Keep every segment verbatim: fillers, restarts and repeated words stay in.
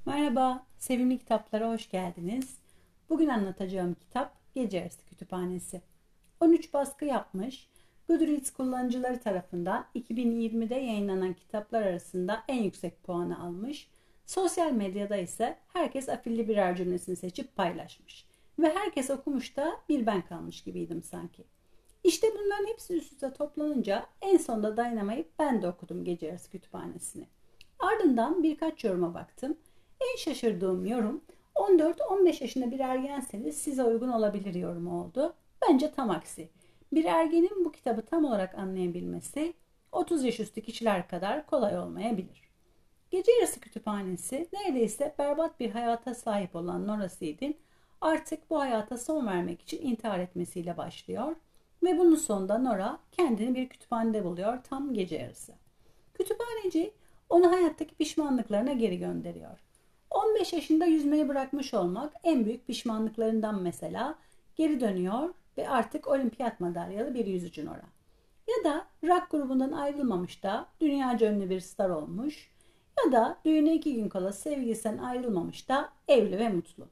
Merhaba, sevimli kitaplara hoş geldiniz. Bugün anlatacağım kitap Gece Yarısı Kütüphanesi. on üç baskı yapmış, Goodreads kullanıcıları tarafından iki bin yirmide yayınlanan kitaplar arasında en yüksek puanı almış. Sosyal medyada ise herkes afilli birer cümlesini seçip paylaşmış. Ve herkes okumuş da bir ben kalmış gibiydim sanki. İşte bunların hepsi üst üste toplanınca en sonunda dayanamayıp ben de okudum Gece Yarısı Kütüphanesi'ni. Ardından birkaç yoruma baktım. En şaşırdığım yorum on dört on beş yaşında bir ergenseniz size uygun olabilir yorumu oldu. Bence tam aksi. Bir ergenin bu kitabı tam olarak anlayabilmesi otuz yaş üstü kişiler kadar kolay olmayabilir. Gece Yarısı Kütüphanesi neredeyse berbat bir hayata sahip olan Nora Seed'in artık bu hayata son vermek için intihar etmesiyle başlıyor ve bunun sonunda Nora kendini bir kütüphanede buluyor tam gece yarısı. Kütüphaneci onu hayattaki pişmanlıklarına geri gönderiyor. on beş yaşında yüzmeyi bırakmış olmak en büyük pişmanlıklarından mesela. Geri dönüyor ve artık olimpiyat madalyalı bir yüzücü Nora. Ya da rock grubundan ayrılmamış da dünyaca ünlü bir star olmuş. Ya da düğüne iki gün kala sevgilisinden ayrılmamış da evli ve mutlu.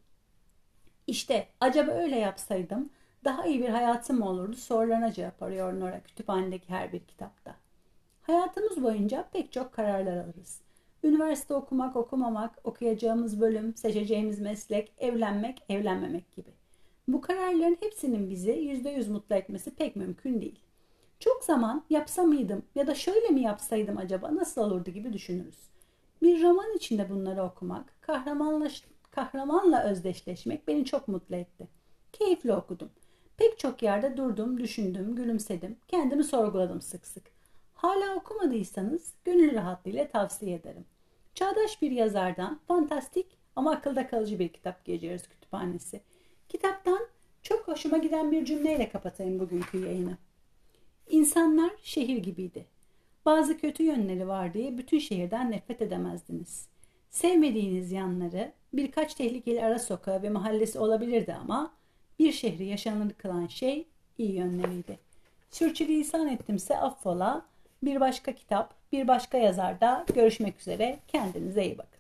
İşte acaba öyle yapsaydım daha iyi bir hayatım mı olurdu sorularına cevap arıyor Nora kütüphanedeki her bir kitapta. Hayatımız boyunca pek çok kararlar alırız. Üniversite okumak, okumamak, okuyacağımız bölüm, seçeceğimiz meslek, evlenmek, evlenmemek gibi. Bu kararların hepsinin bizi yüzde yüz mutlu etmesi pek mümkün değil. Çok zaman yapsa mıydım ya da şöyle mi yapsaydım acaba nasıl olurdu gibi düşünürüz. Bir roman içinde bunları okumak, kahramanla, kahramanla özdeşleşmek beni çok mutlu etti. Keyifli okudum. Pek çok yerde durdum, düşündüm, gülümsedim, kendimi sorguladım sık sık. Hala okumadıysanız gönül rahatlığıyla tavsiye ederim. Çağdaş bir yazardan fantastik ama akılda kalıcı bir kitap Gece Yarısı Kütüphanesi. Kitaptan çok hoşuma giden bir cümleyle kapatayım bugünkü yayını. İnsanlar şehir gibiydi. Bazı kötü yönleri var diye bütün şehirden nefret edemezdiniz. Sevmediğiniz yanları birkaç tehlikeli ara sokağı ve mahallesi olabilirdi ama bir şehri yaşanır kılan şey iyi yönleriydi. Sürçülisan ettimse affola. Bir başka kitap, bir başka yazarda görüşmek üzere. Kendinize iyi bakın.